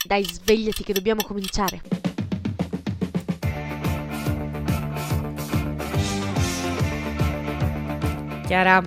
Dai, svegliati che dobbiamo cominciare. Chiara.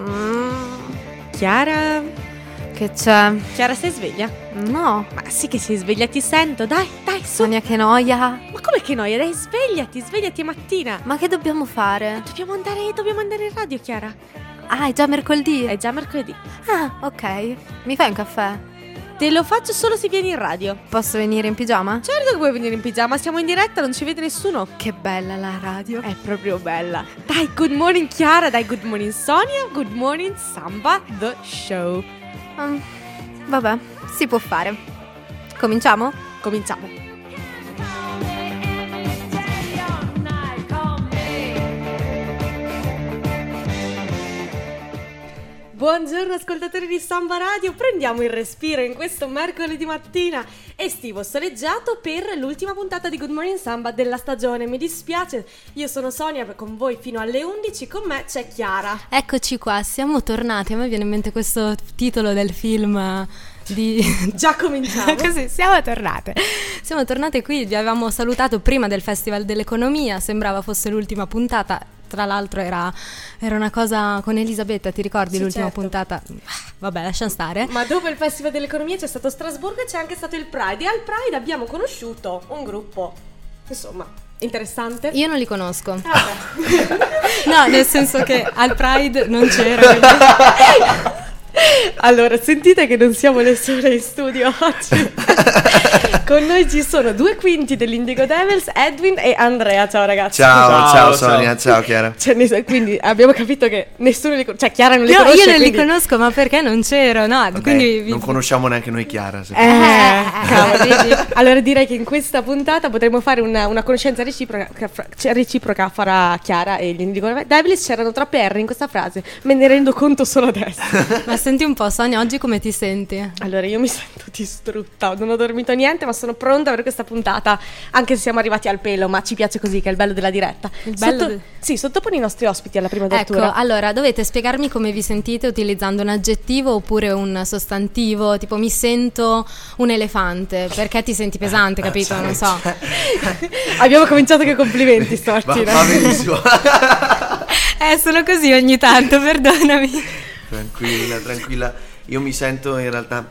Chiara. Che c'è? Chiara, sei sveglia? No. Ma sì che sei sveglia, ti sento. Dai, su. Sonia, che noia. Ma come che noia? Dai, svegliati è mattina. Ma che dobbiamo fare? Dobbiamo andare in radio, Chiara. Ah, è già mercoledì? È già mercoledì. Ah, ok. Mi fai un caffè? Te lo faccio solo se vieni in radio. Posso venire in pigiama? Certo che puoi venire in pigiama, siamo in diretta, non ci vede nessuno. Che bella la radio. È proprio bella. Dai, good morning Chiara, dai, good morning Sonia, good morning Samba, the show. Vabbè, si può fare. Cominciamo? Cominciamo. Buongiorno ascoltatori di Samba Radio, prendiamo il respiro in questo mercoledì mattina estivo soleggiato per l'ultima puntata di Good Morning Samba della stagione. Mi dispiace, io sono Sonia con voi fino alle 11, con me c'è Chiara. Eccoci qua, siamo tornati, a me viene in mente questo titolo del film Già cominciamo. Così, siamo tornate qui, vi avevamo salutato prima del Festival dell'Economia, sembrava fosse l'ultima puntata. Tra l'altro era una cosa con Elisabetta, ti ricordi, sì, l'ultima certo. Puntata? Vabbè, lasciamo stare. Ma dopo il Festival dell'Economia c'è stato Strasburgo e c'è anche stato il Pride. E al Pride abbiamo conosciuto un gruppo, insomma, interessante. Io non li conosco. No, nel senso che al Pride non c'era. Allora, sentite che non siamo le sole in studio oggi. Con noi ci sono 2/5 dell'Indigo Devils, Edwin e Andrea. Ciao ragazzi. Ciao Sonia, ciao Chiara. Quindi abbiamo capito che nessuno li conosce. Cioè Chiara non li conosce. Io non li conosco, ma perché non c'ero? No, vabbè, quindi non conosciamo neanche noi Chiara. Allora direi che in questa puntata potremo fare una conoscenza reciproca fra Chiara e gli Indigo Devils. C'erano troppe R in questa frase, me ne rendo conto solo adesso. Ma senti un po', Sonia, oggi come ti senti? Allora, io mi sento distrutta, non ho dormito niente, ma sono pronta per questa puntata, anche se siamo arrivati al pelo, ma ci piace così, che è il bello della diretta. Sì, sottoponi i nostri ospiti alla prima apertura. Ecco, allora, dovete spiegarmi come vi sentite utilizzando un aggettivo oppure un sostantivo, tipo mi sento un elefante, perché ti senti pesante, capito? Non so. Abbiamo cominciato con complimenti stamattina. Va benissimo. Sono così ogni tanto, perdonami. Tranquilla. Io mi sento in realtà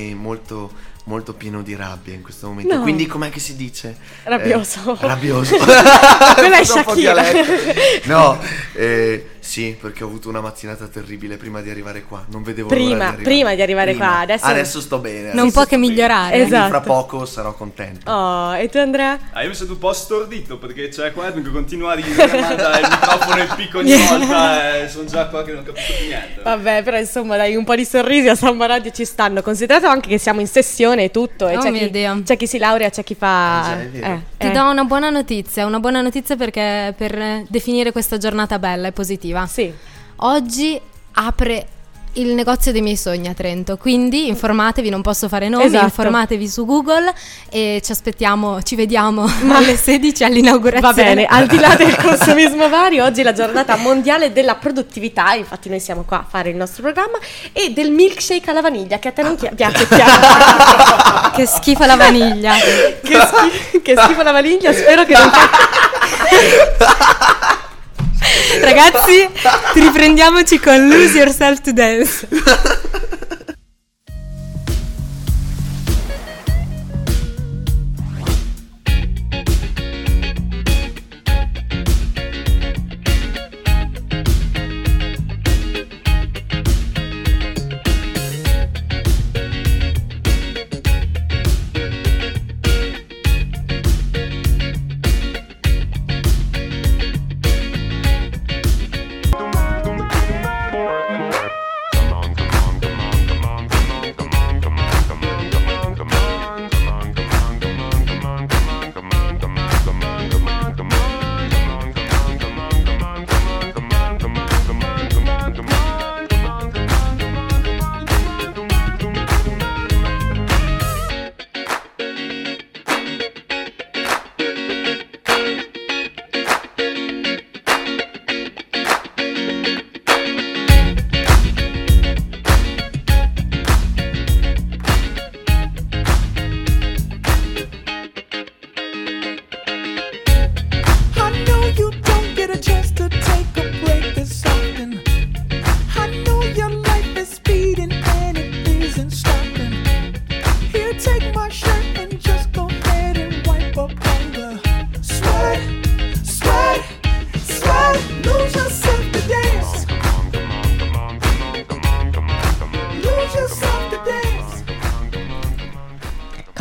molto pieno di rabbia in questo momento. No. Quindi com'è che si dice? Rabbioso. Quella è Shakira. No, sì, perché ho avuto una mattinata terribile prima di arrivare qua. Non vedevo l'ora di arrivare. Prima di arrivare qua. Adesso sto bene. Non può che migliorare. Esatto. Fra poco sarò contento. Oh, e tu Andrea? Io mi sento un po' stordito perché c'è qua Edwin che continua a dire manda il microfono e il picco ogni volta. Sono già qua che non capisco più niente. Vabbè, però insomma dai, un po' di sorrisi a Samba Radio ci stanno. Considerato anche che siamo in sessione e tutto. E c'è chi si laurea, c'è chi fa. Ti do una buona notizia perché per definire questa giornata bella e positiva. Sì. Oggi apre il negozio dei miei sogni a Trento, quindi informatevi, non posso fare nomi, esatto. Informatevi su Google e ci vediamo alle 16 all'inaugurazione. Va bene, al di là del consumismo vario, oggi è la giornata mondiale della produttività, infatti noi siamo qua a fare il nostro programma, e del milkshake alla vaniglia, che a te non piace, Chiara. Che schifo la vaniglia. Che schifo la vaniglia, spero che non Ragazzi, riprendiamoci con Lose Yourself to Dance.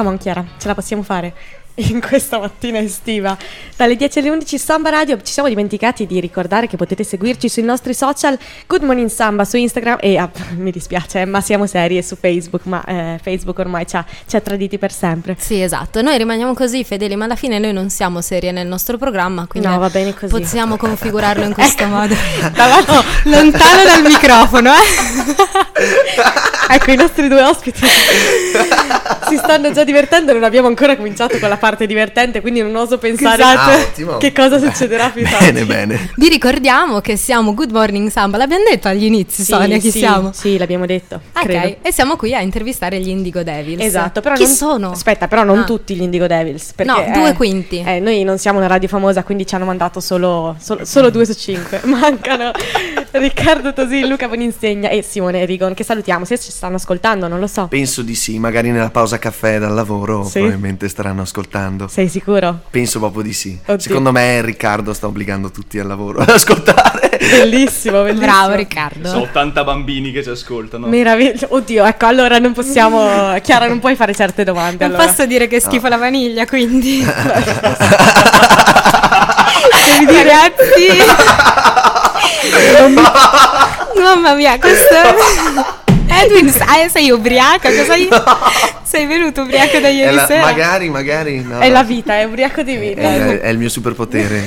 Come on Chiara, ce la possiamo fare in questa mattina estiva. Dalle 10 alle 11 Samba Radio. Ci siamo dimenticati di ricordare che potete seguirci sui nostri social Good Morning Samba su Instagram e mi dispiace ma siamo serie su Facebook, ma Facebook ormai ci ha traditi per sempre. Sì, esatto, noi rimaniamo così fedeli, ma alla fine noi non siamo serie nel nostro programma, quindi no, va bene così. Possiamo configurarlo in questo modo. Lontano dal microfono, Ecco, i nostri due ospiti si stanno già divertendo, non abbiamo ancora cominciato con la parte divertente, quindi non oso pensare che cosa succederà più tardi. Bene. Vi ricordiamo che siamo Good Morning Samba, l'abbiamo detto agli inizi, Sonia, chi siamo? Sì, l'abbiamo detto. Ok, credo. E siamo qui a intervistare gli Indigo Devils. Esatto, però chi sono? Aspetta, però non tutti gli Indigo Devils, perché no, 2 quinti. Noi non siamo una radio famosa, quindi ci hanno mandato solo 2 su 5. Mancano Riccardo Tosin, Luca Boninsegna e Simone Rigon, che salutiamo, se ci stanno ascoltando, non lo so. Penso di sì, magari nella pausa caffè dal lavoro probabilmente staranno ascoltando. Sei sicuro? Penso proprio di sì. Oddio. Secondo me Riccardo sta obbligando tutti al lavoro ad ascoltare. Bellissimo. Bravo Riccardo. Sono 80 bambini che ci ascoltano. Meraviglioso. Oddio, ecco, allora non possiamo. Chiara, non puoi fare certe domande. Non allora. posso dire che schifo la vaniglia, quindi. Devi dire ragazzi. Mamma mia, questo. Edwin, sei ubriaca? Sei venuto ubriaco da ieri sera? Magari no. È la vita, è ubriaco di vita. È il mio superpotere.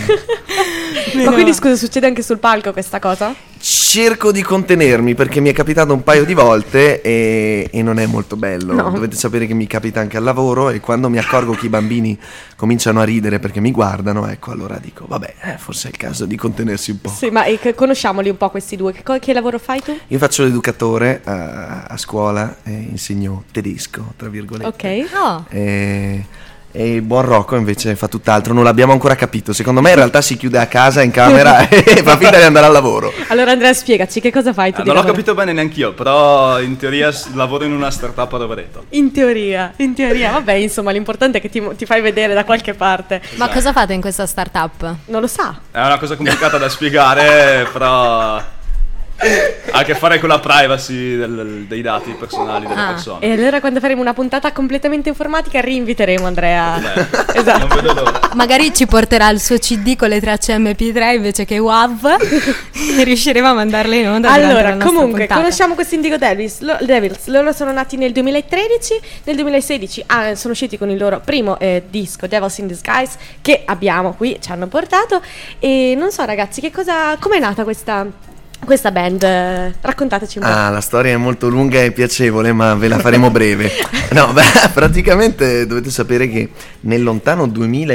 Ma quindi scusa, succede anche sul palco questa cosa? Cerco di contenermi perché mi è capitato un paio di volte e non è molto bello. No. Dovete sapere che mi capita anche al lavoro e quando mi accorgo che i bambini cominciano a ridere perché mi guardano, ecco, allora dico, vabbè, forse è il caso di contenersi un po'. Sì, ma conosciamoli un po' questi due. Che lavoro fai tu? Io faccio l'educatore a scuola e insegno tedesco, tra virgolette. Ok. Oh. E il buon Rocco invece fa tutt'altro, non l'abbiamo ancora capito. Secondo me in realtà si chiude a casa in camera e fa finta di andare al lavoro. Allora Andrea, spiegaci che cosa fai tu di Non l'ho lavoro? capito bene neanch'io, però in teoria lavoro in una startup a Rovereto. In teoria, vabbè, insomma, l'importante è che ti fai vedere da qualche parte. Ma cosa fate in questa startup? Non lo sa. È una cosa complicata da spiegare, però ha a che fare con la privacy dei dati personali delle persone. E allora quando faremo una puntata completamente informatica rinviteremo Andrea. Esatto. Non vedo l'ora. Magari ci porterà il suo CD con le tracce MP3 invece che WAV e riusciremo a mandarle in onda. Allora, comunque, conosciamo questi Indigo Devils. Loro sono nati nel 2013, nel 2016 sono usciti con il loro primo disco Devils in Disguise, che abbiamo qui, ci hanno portato. E non so ragazzi, com'è nata questa band? Raccontateci un po'. La storia è molto lunga e piacevole, ma ve la faremo breve. No, praticamente dovete sapere che nel lontano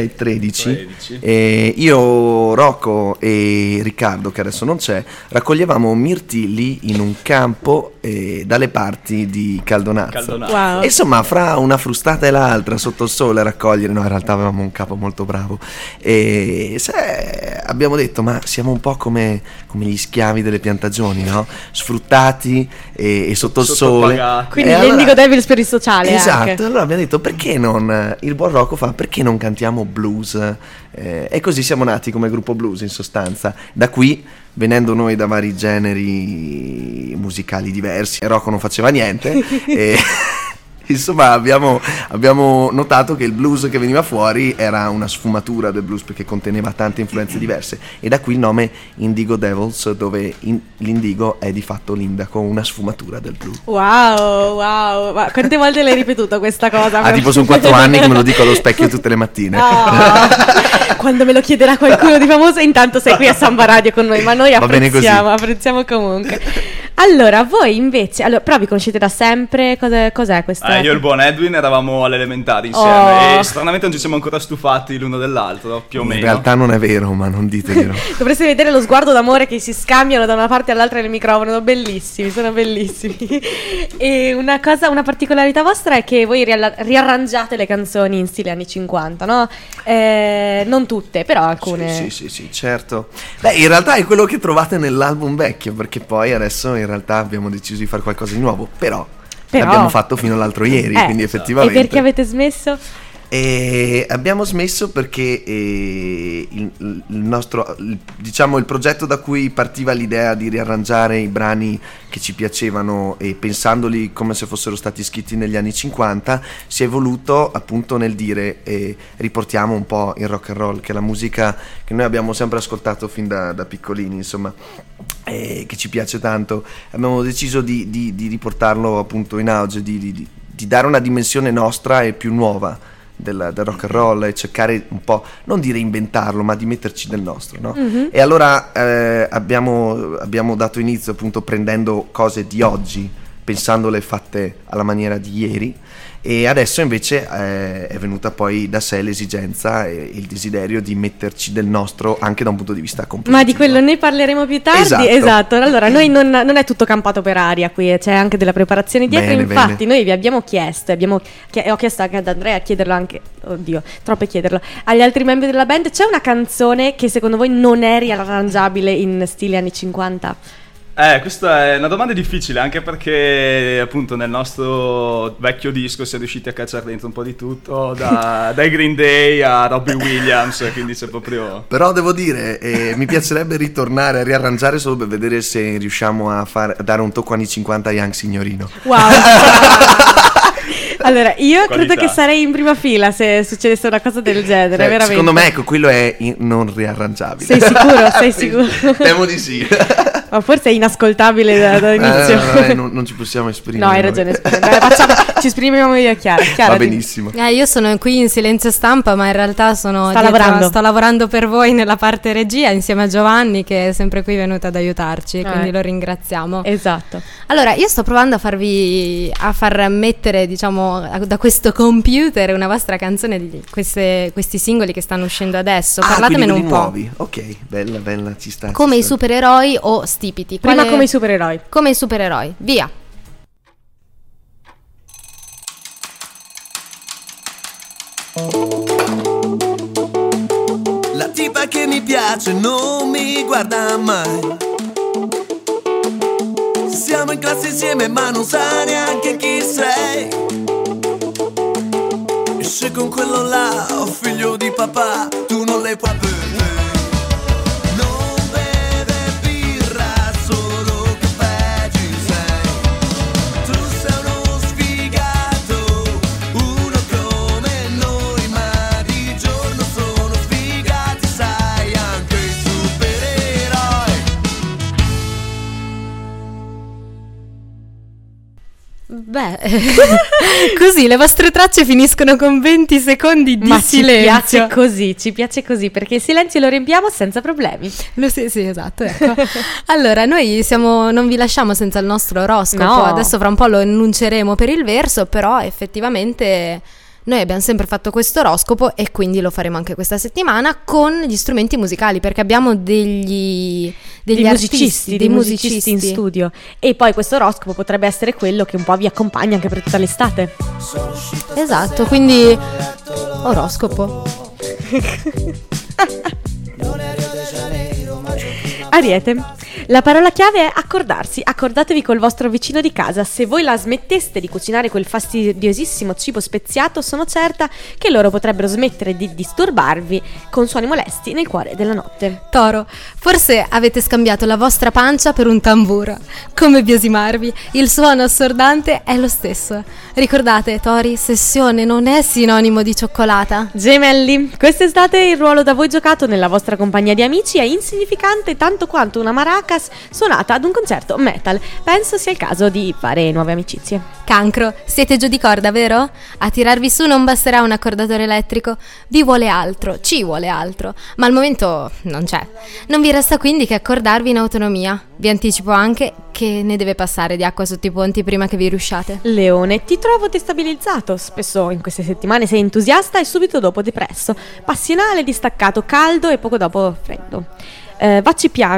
2013 io, Rocco e Riccardo, che adesso non c'è, raccoglievamo mirtilli in un campo dalle parti di Caldonazzo. Wow. E insomma, fra una frustata e l'altra, sotto il sole a raccogliere, no, in realtà avevamo un capo molto bravo. E abbiamo detto, ma siamo un po' come gli schiavi delle piantagioni, no? Sfruttati e sotto il sole. Quindi gli Indigo Devils per il sociale. Esatto, anche. allora abbiamo detto, perché non, il buon Rocco perché non cantiamo blues? E così siamo nati come gruppo blues, in sostanza. Da qui, venendo noi da vari generi musicali diversi, Rocco non faceva niente e insomma abbiamo notato che il blues che veniva fuori era una sfumatura del blues perché conteneva tante influenze diverse, e da qui il nome Indigo Devils, dove l'indigo è di fatto l'indaco, una sfumatura del blues. Wow, ma quante volte l'hai ripetuto questa cosa? Tipo sono 4 anni che me lo dico allo specchio tutte le mattine. Quando me lo chiederà qualcuno di famoso, intanto sei qui a Samba Radio con noi, ma noi apprezziamo comunque. Allora, voi invece, però vi conoscete da sempre? Cos'è questa? Io e il buon Edwin eravamo alle elementari insieme e stranamente non ci siamo ancora stufati l'uno dell'altro, più o meno. In realtà non è vero, ma non ditelo. Dovreste vedere lo sguardo d'amore che si scambiano da una parte all'altra del microfono, sono bellissimi. E una particolarità vostra è che voi riarrangiate le canzoni in stile anni 50, no? Non tutte, però alcune. Sì, certo. Beh, in realtà è quello che trovate nell'album vecchio, perché poi adesso in realtà abbiamo deciso di fare qualcosa di nuovo, però l'abbiamo fatto fino all'altro ieri, quindi effettivamente. E perché avete smesso? E abbiamo smesso perché il progetto da cui partiva l'idea di riarrangiare i brani che ci piacevano e pensandoli come se fossero stati scritti negli anni 50 si è evoluto appunto nel dire riportiamo un po' il rock and roll, che è la musica che noi abbiamo sempre ascoltato fin da piccolini, insomma, che ci piace tanto. Abbiamo deciso di riportarlo appunto in auge, di dare una dimensione nostra e più nuova del rock and roll e cercare un po', non di reinventarlo, ma di metterci del nostro, no? Mm-hmm. E allora abbiamo dato inizio appunto prendendo cose di oggi, pensandole fatte alla maniera di ieri, e adesso invece è venuta poi da sé l'esigenza e il desiderio di metterci del nostro anche da un punto di vista compositivo. Ma di quello ne parleremo più tardi. Esatto. Allora noi non è tutto campato per aria qui, c'è anche della preparazione dietro. Infatti noi vi abbiamo chiesto, ho chiesto anche ad Andrea, a chiederlo anche, oddio, troppo chiederlo, agli altri membri della band: c'è una canzone che secondo voi non è riarrangiabile in stile anni 50? Questa è una domanda difficile, anche perché appunto nel nostro vecchio disco si è riusciti a cacciare dentro un po' di tutto, dai Green Day a Robbie Williams, quindi c'è proprio... Però devo dire, mi piacerebbe ritornare a riarrangiare solo per vedere se riusciamo a dare un tocco anni 50 a Young Signorino. Wow! Allora, io credo che sarei in prima fila se succedesse una cosa del genere, veramente. Secondo me, ecco, quello è non riarrangiabile. Sei sicuro? Sei sicuro? Temo di sì. Ma forse è inascoltabile dall'inizio. Non ci possiamo esprimere. No, hai ragione. Ci esprimiamo io, Chiara. Va benissimo. Io sono qui in silenzio stampa, ma in realtà sto lavorando per voi nella parte regia insieme a Giovanni, che è sempre qui venuto ad aiutarci, quindi lo ringraziamo. Esatto. Allora, io sto provando a far mettere, diciamo, da questo computer una vostra canzone di questi singoli che stanno uscendo adesso. Parlatemene un po'. Nuovi. Ok, bella, ci sta. Come i supereroi o stipiti? Prima come i supereroi. Come i supereroi, via. La tipa che mi piace non mi guarda mai. Siamo in classe insieme ma non sa neanche chi sei. Esce con quello là, oh figlio di papà, tu non le puoi bere. Non beve birra, solo caffè ci sei. Tu sei uno sfigato, uno come noi, ma di giorno sono sfigati, sai, anche i supereroi. Beh, così le vostre tracce finiscono con 20 secondi di silenzio. Ci piace così, perché il silenzio lo riempiamo senza problemi. Sì, esatto, ecco. Allora, noi non vi lasciamo senza il nostro oroscopo. No. Adesso fra un po' lo annunceremo per il verso, però effettivamente noi abbiamo sempre fatto questo oroscopo e quindi lo faremo anche questa settimana con gli strumenti musicali, perché abbiamo dei musicisti in studio. E poi questo oroscopo potrebbe essere quello che un po' vi accompagna anche per tutta l'estate. Esatto, quindi oroscopo. Ariete, la parola chiave è accordarsi. Accordatevi col vostro vicino di casa. Se voi la smetteste di cucinare quel fastidiosissimo cibo speziato, sono certa che loro potrebbero smettere di disturbarvi con suoni molesti nel cuore della notte. Toro, forse avete scambiato la vostra pancia per un tamburo. Come biasimarvi? Il suono assordante è lo stesso. Ricordate, Tori, sessione non è sinonimo di cioccolata. Gemelli, quest'estate il ruolo da voi giocato nella vostra compagnia di amici è insignificante tanto quanto una maracas suonata ad un concerto metal. Penso sia il caso di fare nuove amicizie. Cancro, siete giù di corda, vero? A tirarvi su non basterà un accordatore elettrico. Vi vuole altro, ci vuole altro, ma al momento non c'è. Non vi resta quindi che accordarvi in autonomia. Vi anticipo anche che ne deve passare di acqua sotto i ponti prima che vi rusciate. Leone, ti trovo destabilizzato. Spesso in queste settimane sei entusiasta e subito dopo depresso, passionale, distaccato, caldo e poco dopo freddo. Vacci piano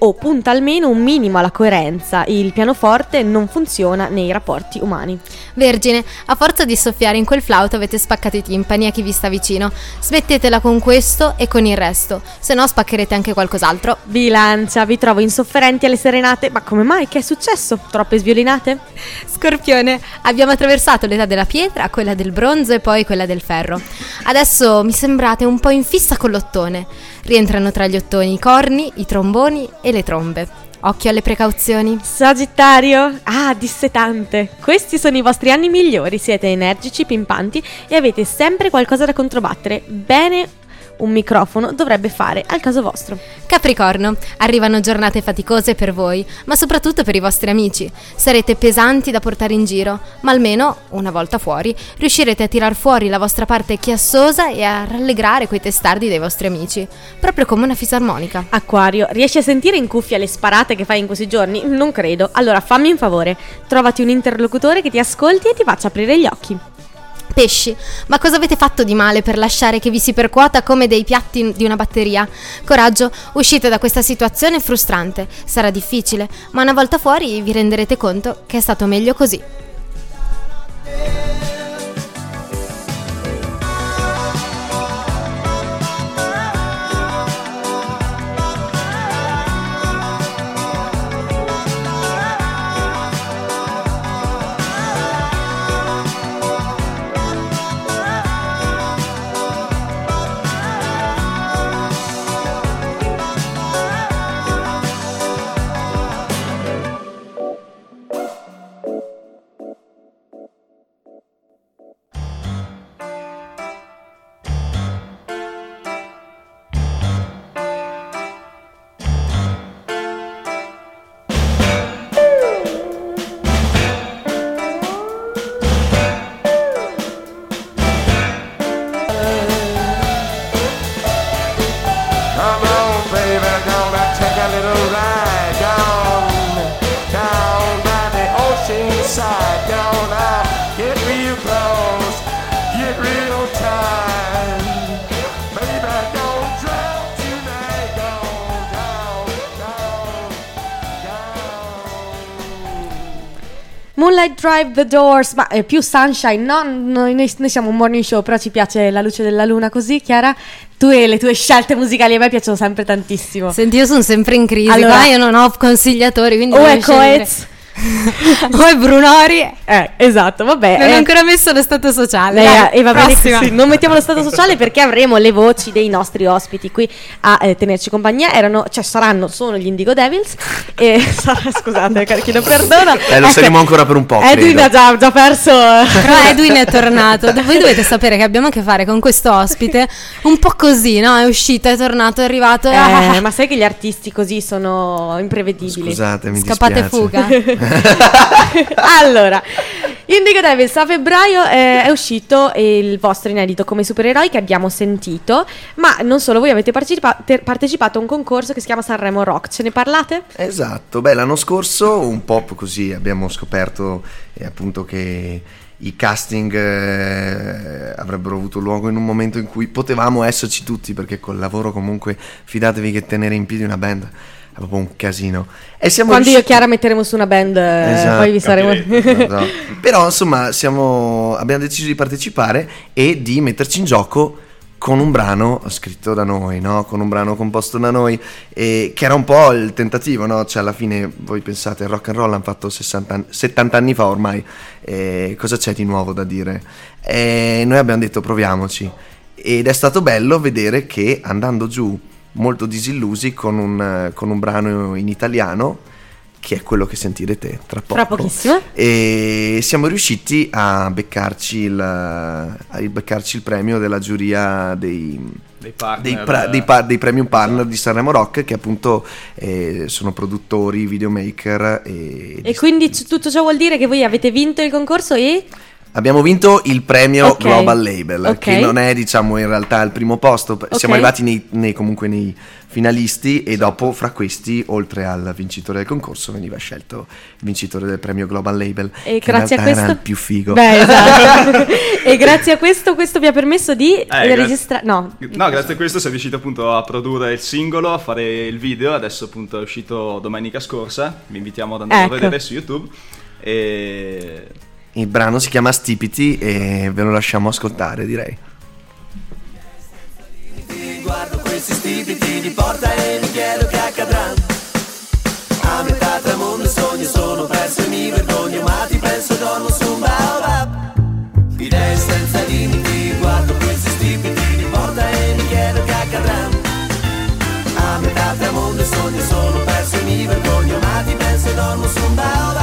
o punta almeno un minimo alla coerenza. Il pianoforte non funziona nei rapporti umani. Vergine, a forza di soffiare in quel flauto avete spaccato i timpani a chi vi sta vicino. Smettetela con questo e con il resto, se no spaccherete anche qualcos'altro. Bilancia, vi trovo insofferenti alle serenate. Ma come mai? Che è successo? Troppe sviolinate? Scorpione, abbiamo attraversato l'età della pietra, quella del bronzo e poi quella del ferro. Adesso mi sembrate un po' in fissa con l'ottone. Rientrano tra gli ottoni i corni, i tromboni e le trombe. Occhio alle precauzioni. Sagittario, dissetante. Questi sono i vostri anni migliori, siete energici, pimpanti e avete sempre qualcosa da controbattere. Bene, un microfono dovrebbe fare al caso vostro. Capricorno, arrivano giornate faticose per voi, ma soprattutto per i vostri amici. Sarete pesanti da portare in giro, ma almeno, una volta fuori, riuscirete a tirar fuori la vostra parte chiassosa e a rallegrare quei testardi dei vostri amici, proprio come una fisarmonica. Acquario, riesci a sentire in cuffia le sparate che fai in questi giorni? Non credo. Allora fammi un favore, trovati un interlocutore che ti ascolti e ti faccia aprire gli occhi. Pesci, ma cosa avete fatto di male per lasciare che vi si percuota come dei piatti di una batteria? Coraggio, uscite da questa situazione frustrante. Sarà difficile, ma una volta fuori vi renderete conto che è stato meglio così. Moonlight Drive the Doors, ma più Sunshine, no? Noi siamo un morning show, però ci piace la luce della luna così, Chiara. Tu e le tue scelte musicali a me piacciono sempre tantissimo. Senti, io sono sempre in crisi, allora, qua io non ho consigliatori, quindi o devo è Coez o è Brunori. Esatto, vabbè. Non ho ancora messo lo stato sociale. E va bene prossima. così. Non mettiamo lo stato sociale perché avremo le voci dei nostri ospiti qui a tenerci compagnia. Sono gli Indigo Devils. Scusate, chiedo perdono. Lo saremo ancora per un po'. Edwin ha già perso. Però Edwin è tornato. Voi dovete sapere che abbiamo a che fare con questo ospite un po' così, no? È uscito, è tornato, è arrivato. Ma sai che gli artisti così sono imprevedibili. Scusate, mi Scappate dispiace. fuga. Allora, Indigo Devils a febbraio è uscito il vostro inedito come supereroi che abbiamo sentito, ma non solo, voi avete partecipato a un concorso che si chiama Sanremo Rock, ce ne parlate? Esatto, l'anno scorso un po' così abbiamo scoperto appunto che i casting avrebbero avuto luogo in un momento in cui potevamo esserci tutti, perché col lavoro comunque fidatevi che tenere in piedi una band è proprio un casino. E siamo quando io e riusciti... Chiara metteremo su una band, esatto, poi vi saremo no. Però insomma abbiamo deciso di partecipare e di metterci in gioco con un brano scritto da noi, no? Con un brano composto da noi, che era un po' il tentativo, no? Cioè alla fine voi pensate, il rock and roll l'hanno fatto 70 anni fa ormai, cosa c'è di nuovo da dire? Noi abbiamo detto proviamoci, ed è stato bello vedere che andando giù molto disillusi con un brano in italiano, che è quello che sentirete tra pochissimo, e siamo riusciti a beccarci il premio della giuria dei premium partner di Sanremo Rock, che appunto sono produttori, videomaker e quindi tutto ciò vuol dire che voi avete vinto il concorso e Abbiamo vinto il premio Ok. Global Label, Ok. che non è, diciamo, in realtà il primo posto. Siamo arrivati comunque nei finalisti, e dopo, fra questi, oltre al vincitore del concorso, veniva scelto il vincitore del premio Global Label, E che grazie in a realtà questo era il più figo. Beh, esatto. E grazie a questo vi ha permesso di grazie. registrare. No, grazie a questo sei riuscito appunto a produrre il singolo, a fare il video. Adesso appunto è uscito domenica scorsa. Vi invitiamo ad andare Ecco. a vedere su YouTube. E Il brano si chiama Stipiti e ve lo lasciamo ascoltare, direi. Guardo questi stipiti di porta e mi chiedo che accadrà. A metà tra mondo e sogno sono perso e mi vergogno, ma ti penso, dormo su un baobab. Idee senza limiti, guardo questi stipiti di porta e mi chiedo che accadrà. A metà tra mondo e sogno sono perso e mi vergogno, ma ti penso e dormo su un baobab.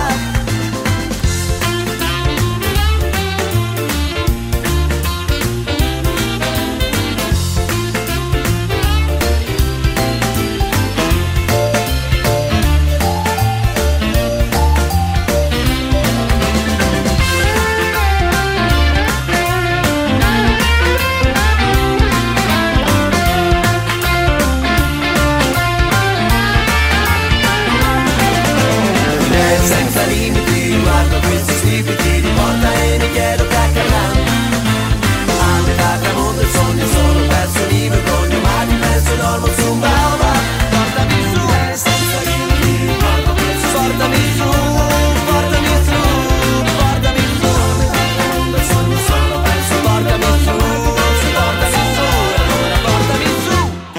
Senza limiti, guardo questi stipiti di porta e mi chiedo che accadrà. A metà tramonto il sogno sono perso, mi vergogno, ma ti penso e dormo su un baobab. Portami su, senza limiti, guardo questi portami su, portami su, portami su. A metà tramonto il sogno sono perso, portami su, portami su, allora portami su.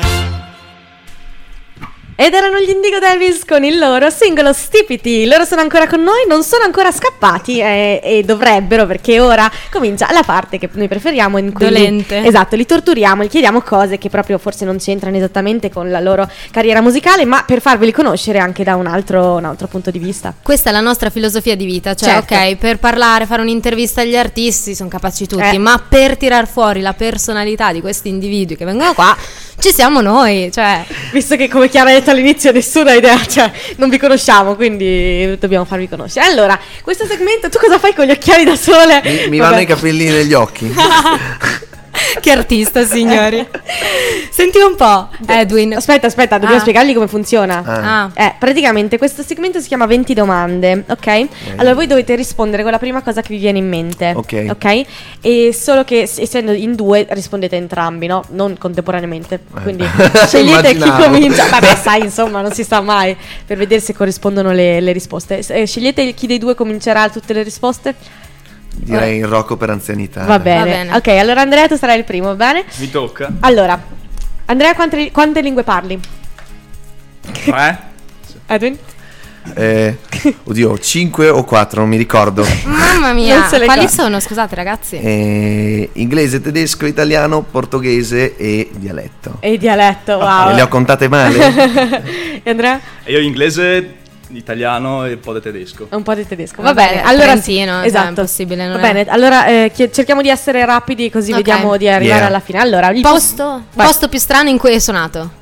ed erano gli Indigo Devils con il loro singolo Stipiti. Loro sono ancora con noi, non sono ancora scappati e dovrebbero, perché ora comincia la parte che noi preferiamo, in cui Dolente. esatto, li torturiamo, gli chiediamo cose che proprio forse non c'entrano esattamente con la loro carriera musicale, ma per farveli conoscere anche da un altro punto di vista. Questa è la nostra filosofia di vita, cioè Certo. ok, per parlare, fare un'intervista agli artisti sono capaci tutti, ma per tirar fuori la personalità di questi individui che vengono qua ci siamo noi, cioè Visto che, come Chiara ha detto all'inizio, nessuno ha idea, cioè non vi conosciamo, quindi dobbiamo farvi conoscere. Allora, questo segmento, tu cosa fai con gli occhiali da sole? Mi Vabbè. vanno i capelli negli occhi. che artista, signori. Senti un po', Edwin. Aspetta, dobbiamo Ah. spiegargli come funziona. Ah. Praticamente questo segmento si chiama 20 domande, ok? Allora voi dovete rispondere con la prima cosa che vi viene in mente. Ok. E solo che essendo in due rispondete entrambi, no? Non contemporaneamente. Quindi beh. scegliete chi Immaginavo. comincia. Vabbè, sai, insomma, non si sa mai, per vedere se corrispondono le risposte. Scegliete chi dei due comincerà tutte le risposte. Direi il Rocco per anzianità. Va bene. Va bene. Ok, allora Andrea, tu sarai il primo, va bene? mi tocca. Allora, Andrea, quante lingue parli? 3. Edwin? Oddio, 5 o 4, non mi ricordo. Mamma mia, Non se le quali ca- sono? Scusate ragazzi. Inglese, tedesco, italiano, portoghese e dialetto. E dialetto, E wow. le ho contate male? E Andrea? E io inglese, italiano e un po' di tedesco. Un po' di tedesco. Va Vabbè, bene, allora trentino, cioè, esatto. è impossibile, non Va è- bene, allora cerchiamo di essere rapidi così Ok. vediamo di arrivare Yeah. alla fine. Allora, il Vai. Posto più strano in cui hai suonato.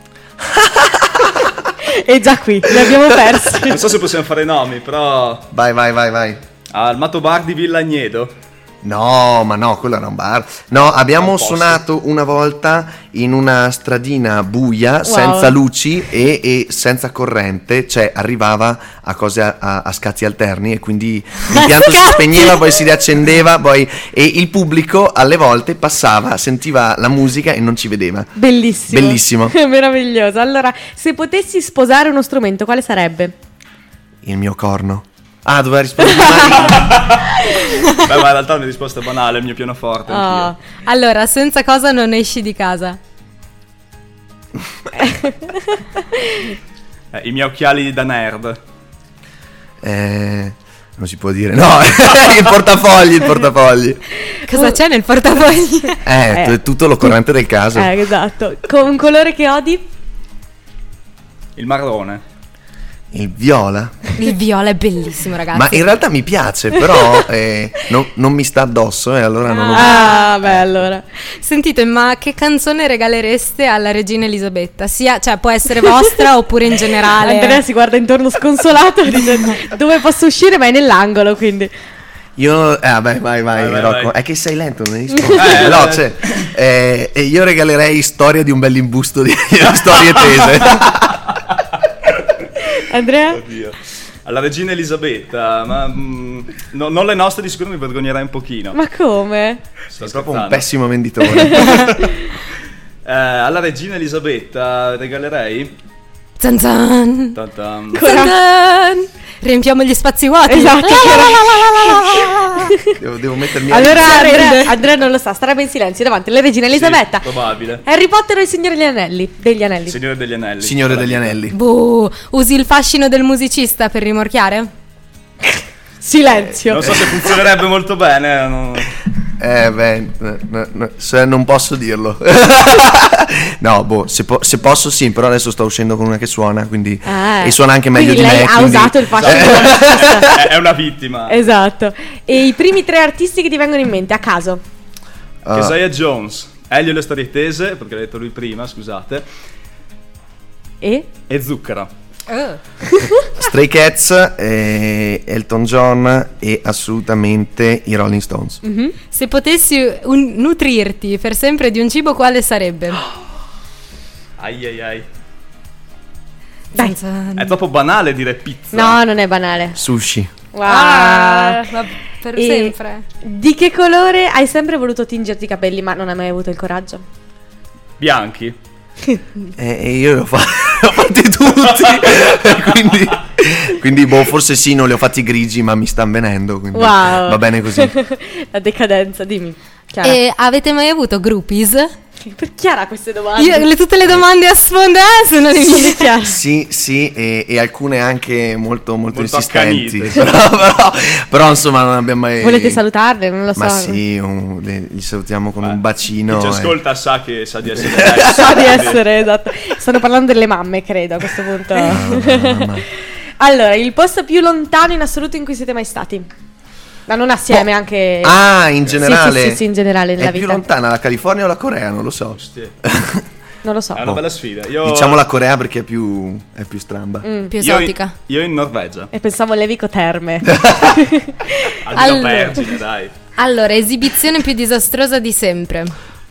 è già qui, li abbiamo persi. Non so se possiamo fare nomi, però Vai. al Mato Bar di Villagnedo. No, ma no, quello era un bar. No, abbiamo Un posto. suonato una volta in una stradina buia, senza luci e senza corrente, cioè arrivava a cose a scatti alterni e quindi l'impianto si scatti! spegneva, poi si riaccendeva, poi e il pubblico alle volte passava, sentiva la musica e non ci vedeva. Bellissimo. Bellissimo. Meraviglioso. Allora, se potessi sposare uno strumento, quale sarebbe? Il mio corno. Ah, doveva rispondere prima. Beh, ma in realtà la mia risposta è banale, il mio pianoforte. Ah. anch'io. Allora, senza cosa non esci di casa. I miei occhiali da nerd. Non si può dire. No, il portafogli. Cosa c'è nel portafogli? È tutto l'occorrente del caso. Esatto. Con un colore che odi? Il marrone. Il viola. Il viola è bellissimo, ragazzi. Ma in realtà mi piace, però non mi sta addosso e allora non lo... Beh, allora. Sentite, ma che canzone regalereste alla regina Elisabetta? Cioè, può essere vostra oppure in generale? Andrea si guarda intorno sconsolato e dice dove posso uscire, ma è nell'angolo, quindi. Vai, Rocco. vai. È che sei lento, non hai risposto. No, cioè, io regalerei Storia di un bell'imbusto di storie tese. Andrea? Oddio. Alla regina Elisabetta, ma non le nostre, di sicuro mi vergognerei un pochino. Ma come? Sto È proprio un scherzando. pessimo venditore. Alla regina Elisabetta regalerei Zan zan. Tantam. Zan zan. Riempiamo gli spazi vuoti. Esatto. Devo mettermi Allora Si arrende. Andrea non lo sa, starebbe in silenzio davanti alla regina Elisabetta. Sì, probabile. Harry Potter o il Signore degli Anelli? Degli Anelli. Signore degli Anelli. Signore degli Anelli. Boh, usi il fascino del musicista per rimorchiare? Silenzio. Non so se funzionerebbe molto bene. No. Se non posso dirlo. No, boh, se posso sì, però adesso sto uscendo con una che suona, quindi e suona anche meglio quindi di lei me. ha quindi- usato il fascino del musicista. È una vittima. Esatto. E i primi 3 artisti che ti vengono in mente a caso? Keziah Jones, Elio e le storie tese, perché l'ha detto lui prima, scusate, E? e Zucchero. Stray Cats, Elton John e assolutamente i Rolling Stones. Se potessi nutrirti per sempre di un cibo, quale sarebbe? Ai ai ai. Dai. Zan zan. È troppo banale dire pizza. No, non è banale. Sushi. Wow. Ma per E sempre. Di che colore hai sempre voluto tingerti i capelli, ma non hai mai avuto il coraggio? Bianchi. E io li ho fatti tutti. quindi boh, forse sì, non li ho fatti grigi, ma mi stanno venendo. Quindi Wow. va bene così. La decadenza, dimmi. Chiara. E avete mai avuto groupies? Per Chiara queste domande. Tutte le domande a sfondo sono le mie. Chiara. Sì, e alcune anche molto insistenti. accanite. Però insomma non abbiamo mai. Volete salutarle? Non lo so. Ma sì, li salutiamo con un bacino. Chi ci e- ascolta sa che sa di essere adesso. Sa di essere, esatto. Stanno parlando delle mamme, credo, a questo punto. Mamma. Allora, il posto più lontano in assoluto in cui siete mai stati? Ma non assieme, anche... In generale? Sì, in generale nella È più vita. lontana la California o la Corea? Non lo so. Sì. Non lo so. È una bella sfida. Io, Diciamo la Corea perché è più stramba. Più io, esotica. io in Norvegia. E pensavo Levico Terme. Almeno Vergine, dai. Allora, esibizione più disastrosa di sempre.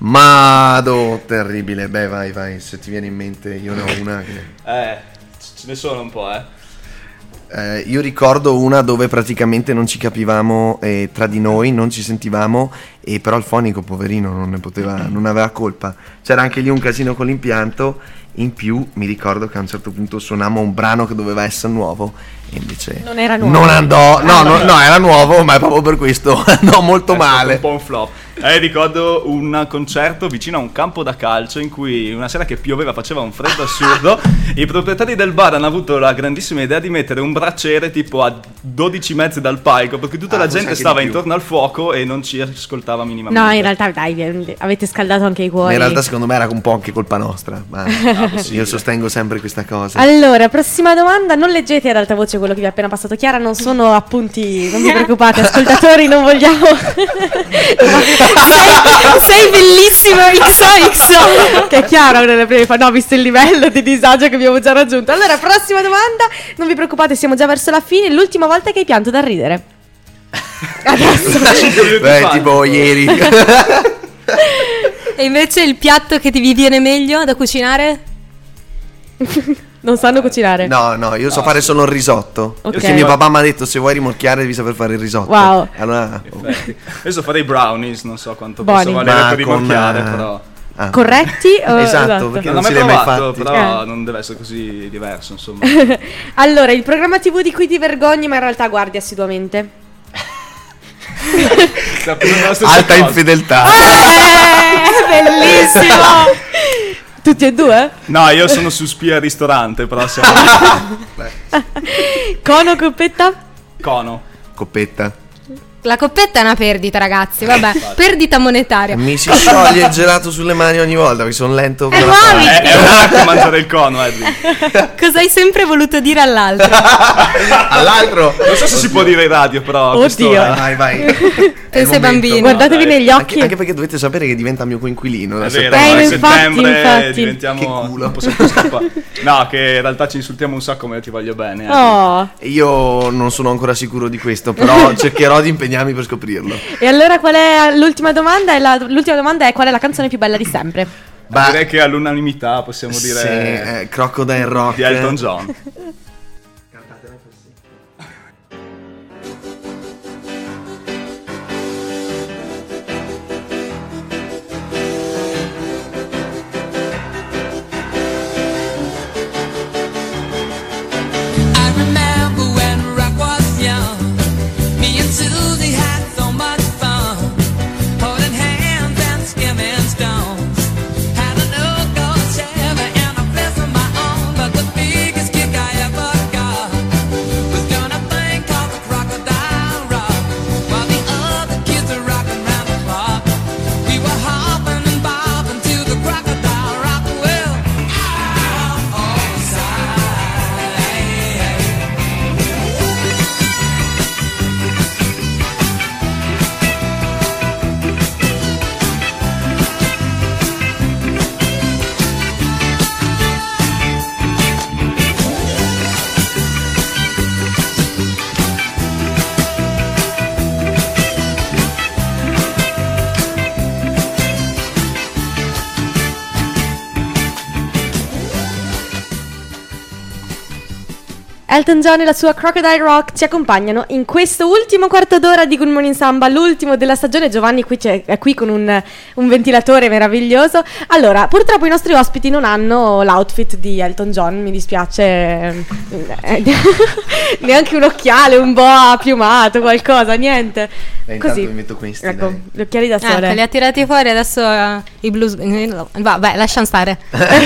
Terribile. Beh, vai, se ti viene in mente, io ne ho una che... Ce ne sono un po', io ricordo una dove praticamente non ci capivamo tra di noi, non ci sentivamo, e però il fonico, poverino, non aveva colpa. C'era anche lì un casino con l'impianto. In più mi ricordo che a un certo punto suonammo un brano che doveva essere nuovo e invece Non era nuovo. non andò. No, era nuovo, ma proprio per questo andò molto male. Un po' un flop. Ricordo un concerto vicino a un campo da calcio in cui una sera che pioveva, faceva un freddo assurdo. I proprietari del bar hanno avuto la grandissima idea di mettere un braciere tipo a 12 metri dal palco, perché tutta la forse gente anche stava di più. intorno al fuoco e non ci ascoltava minimamente. No, in realtà, dai, avete scaldato anche i Ma cuori. in realtà secondo me era un po' anche colpa nostra, ma io sostengo sempre questa cosa. Allora, prossima domanda. Non leggete ad alta voce quello che vi è appena passato Chiara, non sono appunti, non vi preoccupate, ascoltatori, non vogliamo. Sei bellissimo, XOXO. Che è chiaro nelle prime no, visto il livello di disagio che abbiamo già raggiunto. Allora, prossima domanda. Non vi preoccupate, siamo già verso la fine. L'ultima volta che hai pianto dal ridere. Adesso. Beh, tipo ieri. E invece il piatto che ti vi viene meglio da cucinare? Non sanno cucinare. No, io so fare solo il risotto. Ok. Perché mio papà mi ha detto se vuoi rimorchiare devi saper fare il risotto. Wow. Allora, Adesso farei brownies, non so quanto Buoni. posso valere Ma per rimorchiare, con, però. Corretti? Esatto, perché Non non l'ho si mai li hai mai provato, fatti. però non deve essere così diverso, insomma. Allora, il programma TV di cui ti vergogni, ma in realtà guardi assiduamente. Sta prendendo la stessa Alta cosa. infedeltà. Bellissimo! Tutti e due? No, io sono su spia al ristorante, però siamo Cono, coppetta? cono. Coppetta. La coppetta è una perdita, ragazzi. Vabbè, perdita monetaria. Mi si scioglie il gelato sulle mani ogni volta perché sono lento. per la bravi. fare. È un attimo mangiare il cono, Edwin. Cosa hai sempre voluto dire all'altro? All'altro. Non so se si può dire in radio, però. a Oddio. quest'ora. Vai. Pensa ai bambini. Guardatevi dai. negli occhi. Anche perché dovete sapere che diventa mio coinquilino. da È vero, settembre. a infatti, settembre infatti. diventiamo. Che culo. Non possiamo più scappare. No, che in realtà ci insultiamo un sacco, ma io ti voglio bene. Oh. Io non sono ancora sicuro di questo, però cercherò di impegnarmi chiami per scoprirlo. E allora qual è l'ultima domanda? L'ultima domanda è: qual è la canzone più bella di sempre? Direi che all'unanimità possiamo dire sì, Crocodile Rock di Elton John. Elton John e la sua Crocodile Rock ci accompagnano in questo ultimo quarto d'ora di Good Morning Samba, l'ultimo della stagione. Giovanni è qui con un ventilatore meraviglioso. Allora, purtroppo i nostri ospiti non hanno l'outfit di Elton John, mi dispiace. Neanche un occhiale, un boa piumato, qualcosa, niente. Così mi metto questi, ecco, dai. gli occhiali da sole. Li ha tirati fuori, adesso i blues. Vabbè, lasciamo stare.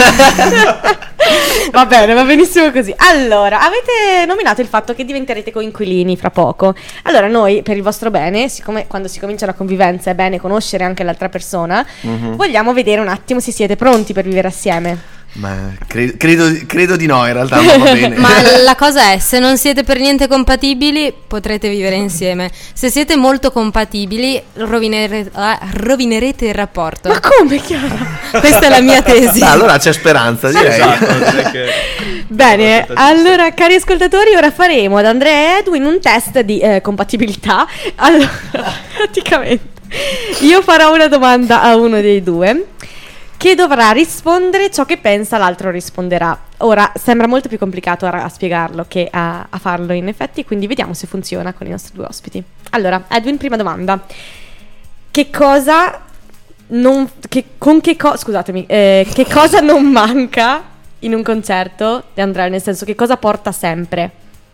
Va bene, va benissimo così. Allora, avete nominato il fatto che diventerete coinquilini fra poco. Allora, noi, per il vostro bene, siccome quando si comincia la convivenza è bene conoscere anche l'altra persona, vogliamo vedere un attimo se siete pronti per vivere assieme. Ma credo di no, in realtà, ma va bene. Ma la cosa è, se non siete per niente compatibili, potrete vivere insieme. Se siete molto compatibili, rovinerete il rapporto. Ma come, Chiara? Questa è la mia tesi. Allora c'è speranza, direi. Esatto, direi che bene, allora cari ascoltatori, ora faremo ad Andrea e Edwin un test di compatibilità. Allora, praticamente io farò una domanda a uno dei due che dovrà rispondere ciò che pensa l'altro risponderà. Ora, sembra molto più complicato a spiegarlo che a farlo in effetti, quindi vediamo se funziona con i nostri due ospiti. Allora, Edwin, prima domanda. Che cosa non manca in un concerto di Andrea, nel senso, che cosa porta sempre?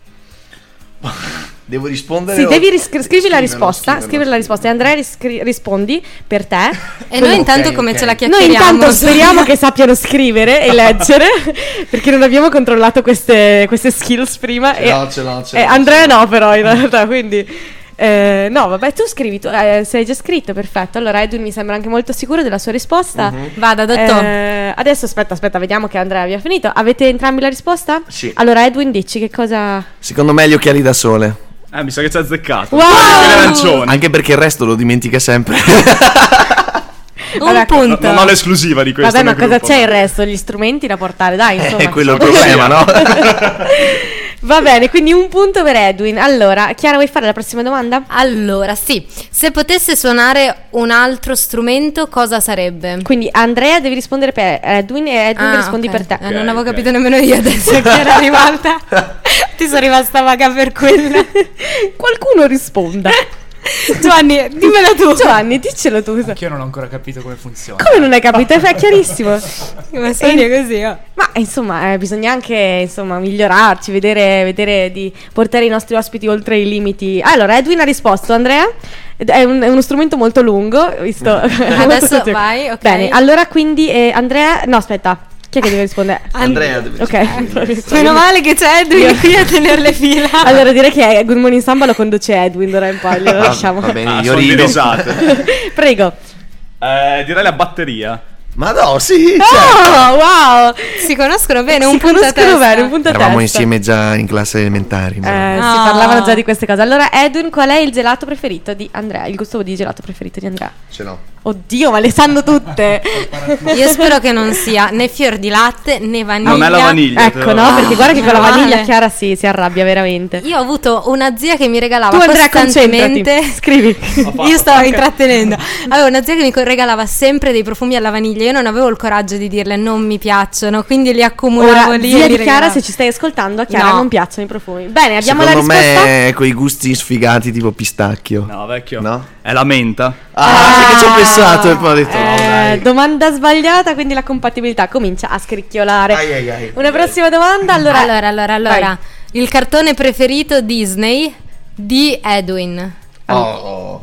Devo rispondere? Sì, devi scrivi la risposta. Scrivi la risposta e Andrea rispondi per te. E noi intanto come ce la chiacchieriamo? Noi intanto speriamo che sappiano scrivere e leggere, perché non abbiamo controllato queste skills prima. Ce l'ho. Andrea no, però in realtà, quindi no, vabbè, tu scrivi, sei già scritto, perfetto. Allora Edwin mi sembra anche molto sicuro della sua risposta. Vada, dottor. Adesso aspetta, vediamo che Andrea abbia finito. Avete entrambi la risposta? Sì. Allora Edwin, dici che cosa. Secondo me gli occhiali da sole. mi sa che ci ha azzeccato. Wow! Arancione. Anche perché il resto lo dimentica sempre. Un punto. Non ho l'esclusiva di questo. Vabbè, ma nel cosa gruppo, c'è il resto? Gli strumenti da portare, dai, insomma. È quello il problema, no? Va bene, quindi un punto per Edwin. Allora, Chiara, vuoi fare la prossima domanda? Allora, sì. Se potesse suonare un altro strumento, cosa sarebbe? Quindi Andrea devi rispondere per Edwin e Edwin rispondi ok. per te. Non avevo ok. capito nemmeno io adesso che era arrivata. Ti sono rimasta vaga per quella. Qualcuno risponda. Giovanni, dimmelo tu. Giovanni, diccelo tu. Anch'io non ho ancora capito come funziona. Come non hai capito? È chiarissimo. Ma sono così, oh. Ma insomma, bisogna anche migliorarci, vedere di portare i nostri ospiti oltre i limiti. Allora, Edwin ha risposto, Andrea? È uno strumento molto lungo, visto. Adesso vai, ok. Bene, allora quindi Andrea. No, aspetta. Chi è che deve rispondere? Andrea deve Ok. Meno male che c'è Edwin qui a tenere le fila. Allora direi che Good Morning Samba lo conduce Edwin d'ora in poi, glielo lasciamo. Va bene, io sono di rido. risate. Prego. Direi la batteria. Ma no, sì, Oh, wow! Si conoscono bene, Si un punto a conoscono testa. bene, un punto a eravamo testa. insieme già in classe elementari. ma- Si Ah. parlavano già di queste cose. Allora, Edwin, qual è il gelato preferito di Andrea? Il gusto di gelato preferito di Andrea? Ce l'ho. Oddio, ma le sanno tutte. Io spero che non sia né fior di latte né vaniglia. Non è la vaniglia. Ecco, no, perché guarda che con la meno vaniglia male. Chiara si arrabbia veramente. Io ho avuto una zia che mi regalava Tu, Andrea, costantemente. concentrati. Scrivi. Io stavo intrattenendo. Avevo una zia che mi regalava sempre dei profumi alla vaniglia. Io non avevo il coraggio di dirle non mi piacciono, quindi li accumulavo Ora, lì. zia e di li Chiara, regalavo. se ci stai ascoltando, a Chiara No. non piacciono i profumi. Bene, abbiamo Secondo la risposta. me quei gusti sfigati tipo pistacchio. No, vecchio. No? È la menta. Perché ci ho pensato e poi ho detto no, dai. Domanda sbagliata, quindi la compatibilità comincia a scricchiolare. Ai, ai, ai. Una prossima domanda, allora. Allora. Vai. Il cartone preferito Disney di Edwin. Oh.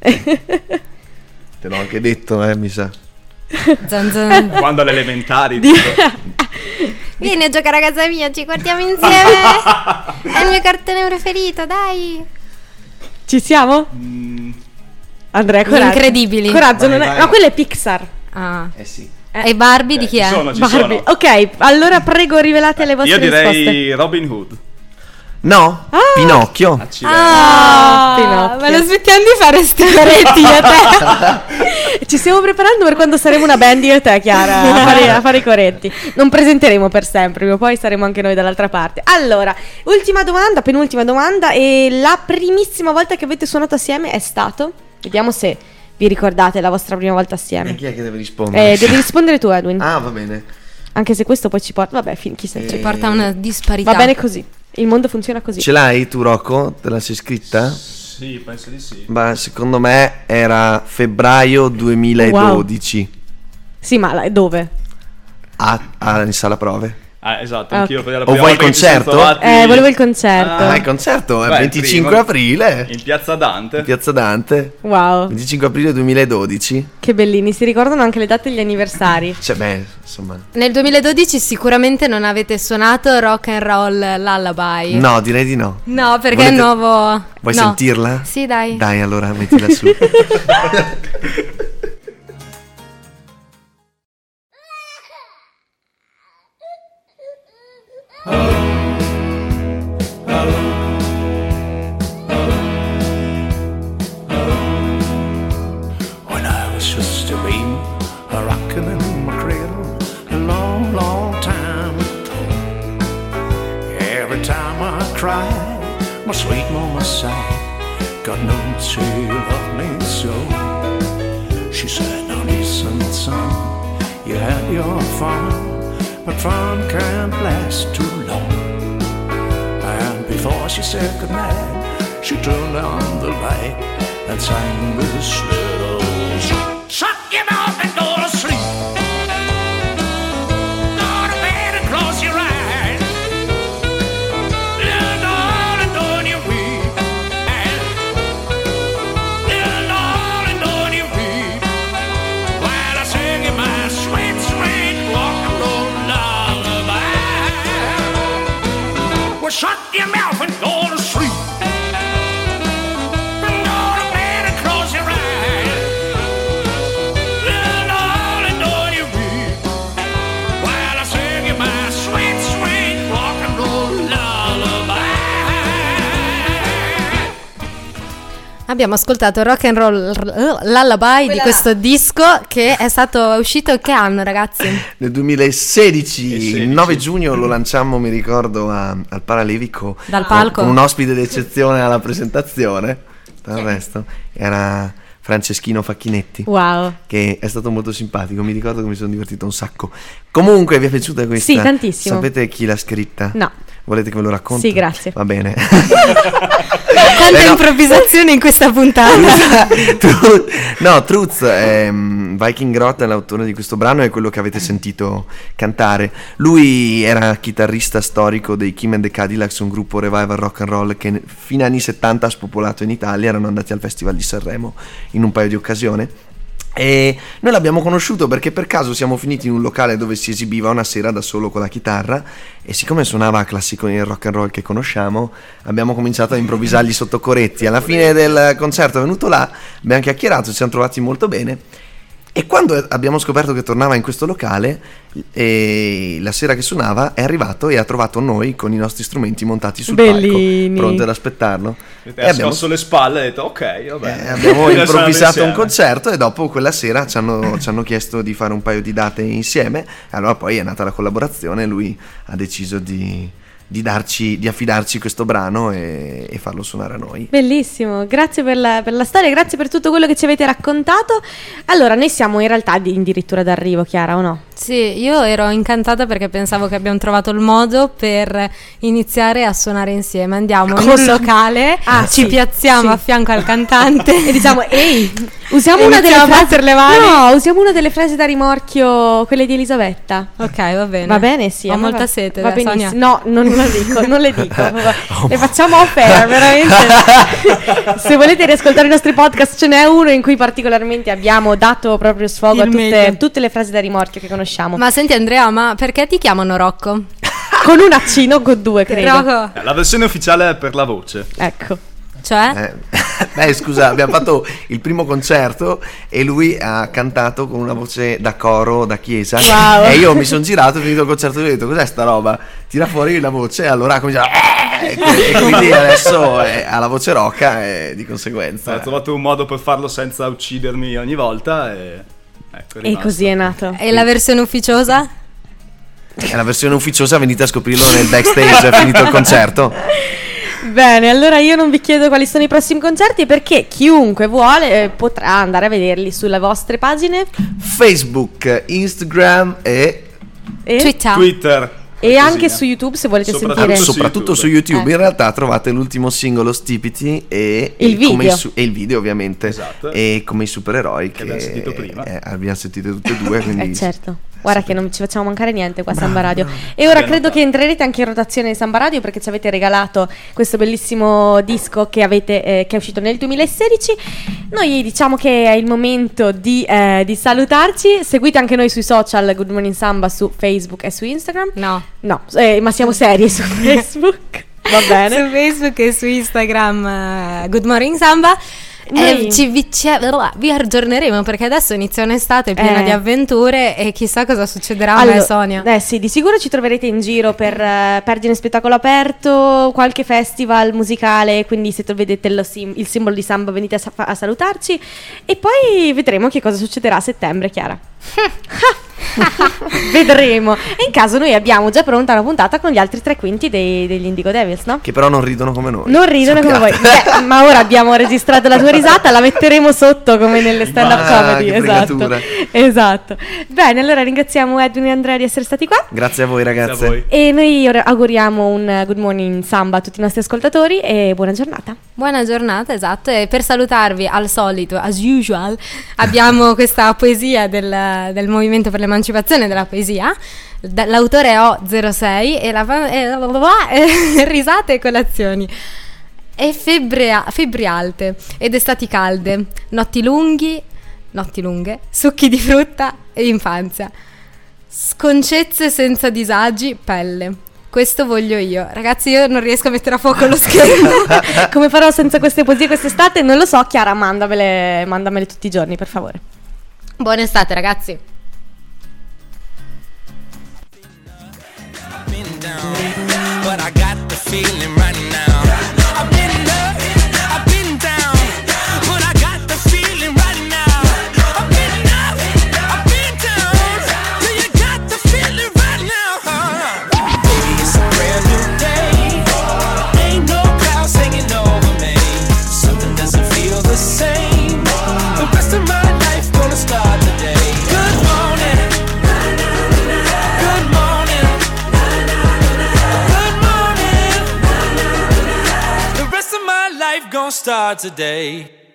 Te l'ho anche detto, mi sa. Zan zan. Quando alle elementari. Vieni a giocare a casa mia, ci guardiamo insieme. È il mio cartone preferito, dai. Ci siamo? Andrea, Gli coraggio. Incredibili. Coraggio, Vai, non è. vai. No, quello è Pixar. Ah. Sì. E Barbie di chi Ci è? sono, ci Barbie. sono. Ok, allora prego, rivelate le vostre Io direi risposte. Robin Hood. No? Pinocchio. Accidenti. Pinocchio. Ma lo smettiamo di fare sti coretti io e te. Ci stiamo preparando per quando saremo una band io e te, Chiara, a fare i coretti. Non presenteremo per sempre, prima o poi saremo anche noi dall'altra parte. Allora, ultima domanda, penultima domanda. E la primissima volta che avete suonato assieme è stato? Vediamo se vi ricordate la vostra prima volta E assieme. chi è che deve rispondere? Devi rispondere tu, Edwin. Ah, va bene. Anche se questo poi ci porta. Vabbè, chissà. Ci porta a una disparità. Va bene così. Il mondo funziona così. Ce l'hai tu, Rocco? Te la sei scritta? Sì, penso di sì. Ma secondo me era febbraio 2012. Sì, ma dove? In sala prove. Esatto, Ah, anch'io per la O prima vuoi il volta che ci siamo concerto? trovati- Volevo il concerto. Il concerto è Beh, 25 prima. aprile. In Piazza Dante. Piazza Dante. Wow, 25 aprile 2012. che bellini. Si ricordano anche le date degli anniversari. Cioè, beh, insomma. Nel 2012 sicuramente non avete suonato Rock and Roll Lullaby. No, direi di no. No, perché Volete- è nuovo. Vuoi no. sentirla? Sì, dai. Dai, allora mettila su. When I was just a baby, a rocking in my cradle, a long, long time ago. Every time I cried, my sweet mama sighed, God knows she loved me so. She said, now listen, son, you had your fun, but fun can't last too long. And before she said goodnight, she turned on the light and sang this little song. Shut your mouth and go to sleep. Go to bed and close your eyes. Little darling, don't you weep. Little darling, don't you weep. While I sing you my sweet, sweet rock and roll lullaby. Well, shut your mouth and go to sleep. Abbiamo ascoltato Rock and Roll Lullaby di questo disco che è uscito che anno, ragazzi? Nel 2016, il 16. 9 giugno lo lanciammo, mi ricordo, al Paralevico. Dal palco. Con un ospite d'eccezione alla presentazione. Del resto era Franceschino Facchinetti. Wow. Che è stato molto simpatico, mi ricordo che mi sono divertito un sacco. Comunque, vi è piaciuta questa? Sì, tantissimo. Sapete chi l'ha scritta? No. Volete che ve lo racconti? Sì, grazie. Va bene. Quanta no. improvvisazione in questa puntata. Truz, Viking Roth è l'autore di questo brano, è quello che avete sentito cantare. Lui era chitarrista storico dei Kim and the Cadillacs, un gruppo revival rock and roll che fino agli anni 70 ha spopolato in Italia, erano andati al Festival di Sanremo in un paio di occasioni. E noi l'abbiamo conosciuto perché per caso siamo finiti in un locale dove si esibiva una sera da solo con la chitarra, e siccome suonava classiconi del rock and roll che conosciamo, abbiamo cominciato a improvvisargli sotto coretti. Alla fine del concerto è venuto là, abbiamo chiacchierato, ci siamo trovati molto bene E quando abbiamo scoperto che tornava in questo locale, la sera che suonava, è arrivato e ha trovato noi con i nostri strumenti montati sul Bellini. palco, pronti ad aspettarlo. E abbiamo scosso le spalle e ha detto ok, vabbè. Abbiamo improvvisato un concerto e dopo quella sera ci hanno chiesto di fare un paio di date insieme. Allora poi è nata la collaborazione e lui ha deciso di affidarci questo brano e farlo suonare a noi. Bellissimo, grazie per la storia, grazie per tutto quello che ci avete raccontato. Allora, noi siamo in realtà addirittura d'arrivo, Chiara, o no? Sì, io ero incantata perché pensavo che abbiamo trovato il modo per iniziare a suonare insieme. Andiamo in un locale, ci piazziamo a fianco al cantante e diciamo ehi, usiamo una delle frasi le mani. No, usiamo una delle frasi da rimorchio, quelle di Elisabetta. Ok, va bene. Va bene, sì. Ho molta sete, va benissimo. Sonia. No, non le dico. Le facciamo off-air, veramente. Se volete riascoltare i nostri podcast, ce n'è uno in cui particolarmente abbiamo dato proprio sfogo a tutte le frasi da rimorchio che conosciamo. Ma senti Andrea, ma perché ti chiamano Rocco? Con un C, non con due, credo. Rocco. La versione ufficiale è per la voce. Ecco. Cioè? Scusa, abbiamo fatto il primo concerto e lui ha cantato con una voce da coro, da chiesa. Wow. E io mi sono girato, finito il concerto e ho detto cos'è sta roba? Tira fuori la voce e allora ha cominciato e quindi adesso ha la voce rocca e di conseguenza Ho trovato un modo per farlo senza uccidermi ogni volta e così è nato. E la versione ufficiosa? E la versione ufficiosa venite a scoprirlo nel backstage, è finito il concerto. Bene, allora io non vi chiedo quali sono i prossimi concerti perché chiunque vuole potrà andare a vederli sulle vostre pagine Facebook, Instagram e Twitter. E anche su YouTube se volete sentire. Soprattutto su YouTube. In realtà trovate l'ultimo singolo Stipiti e il video. E il video ovviamente. Esatto. E come i supereroi che abbiamo sentito prima. Abbiamo sentito tutte e due. Quindi certo. Guarda che non ci facciamo mancare niente qua a Samba Radio. E ora credo che entrerete anche in rotazione di Samba Radio perché ci avete regalato questo bellissimo disco che è uscito nel 2016. Noi diciamo che è il momento di salutarci. Seguite anche noi sui social Good Morning Samba su Facebook e su Instagram. No, ma siamo serie su Facebook. Va bene. Su Facebook e su Instagram Good Morning Samba. Vi aggiorneremo perché adesso inizia un'estate piena di avventure e chissà cosa succederà a me e Sonia. Sì, di sicuro ci troverete in giro per Pergine Spettacolo Aperto, qualche festival musicale, quindi se vedete il simbolo di Samba venite a salutarci e poi vedremo che cosa succederà a settembre, Chiara. Vedremo. E in caso noi abbiamo già pronta una puntata con gli altri 3/5 degli Indigo Devils, no? che però non ridono come noi. Non ridono come voi. Ma ora abbiamo registrato la tua risata, la metteremo sotto come nelle stand-up comedy. Esatto. Bene, allora ringraziamo Edwin e Andrea di essere stati qua. Grazie a voi ragazze. Grazie a voi. E noi ora auguriamo un Good Morning Samba a tutti i nostri ascoltatori e buona giornata. Buona giornata, esatto. E per salutarvi al solito, as usual, abbiamo questa poesia del Movimento per l'Emancipazione della Poesia. L'autore è O06 e risate e colazioni. E febbri alte ed estati calde, notti lunghe, succhi di frutta e infanzia, sconcezze senza disagi, pelle. Questo voglio io. Ragazzi, io non riesco a mettere a fuoco lo schermo. Come farò senza queste poesie quest'estate? Non lo so, Chiara, mandamele tutti i giorni, per favore. Buona estate, ragazzi. But I got the feeling right now. I've been up, I've been down, but I got the feeling right now. I've been up, I've been down, till you got the feeling right now. Baby, it's a brand new day. Ain't no clouds hanging over me. Something doesn't feel the same. The rest of my life gonna start today. Good morning. Good morning. Good morning. The rest of my life gonna start today.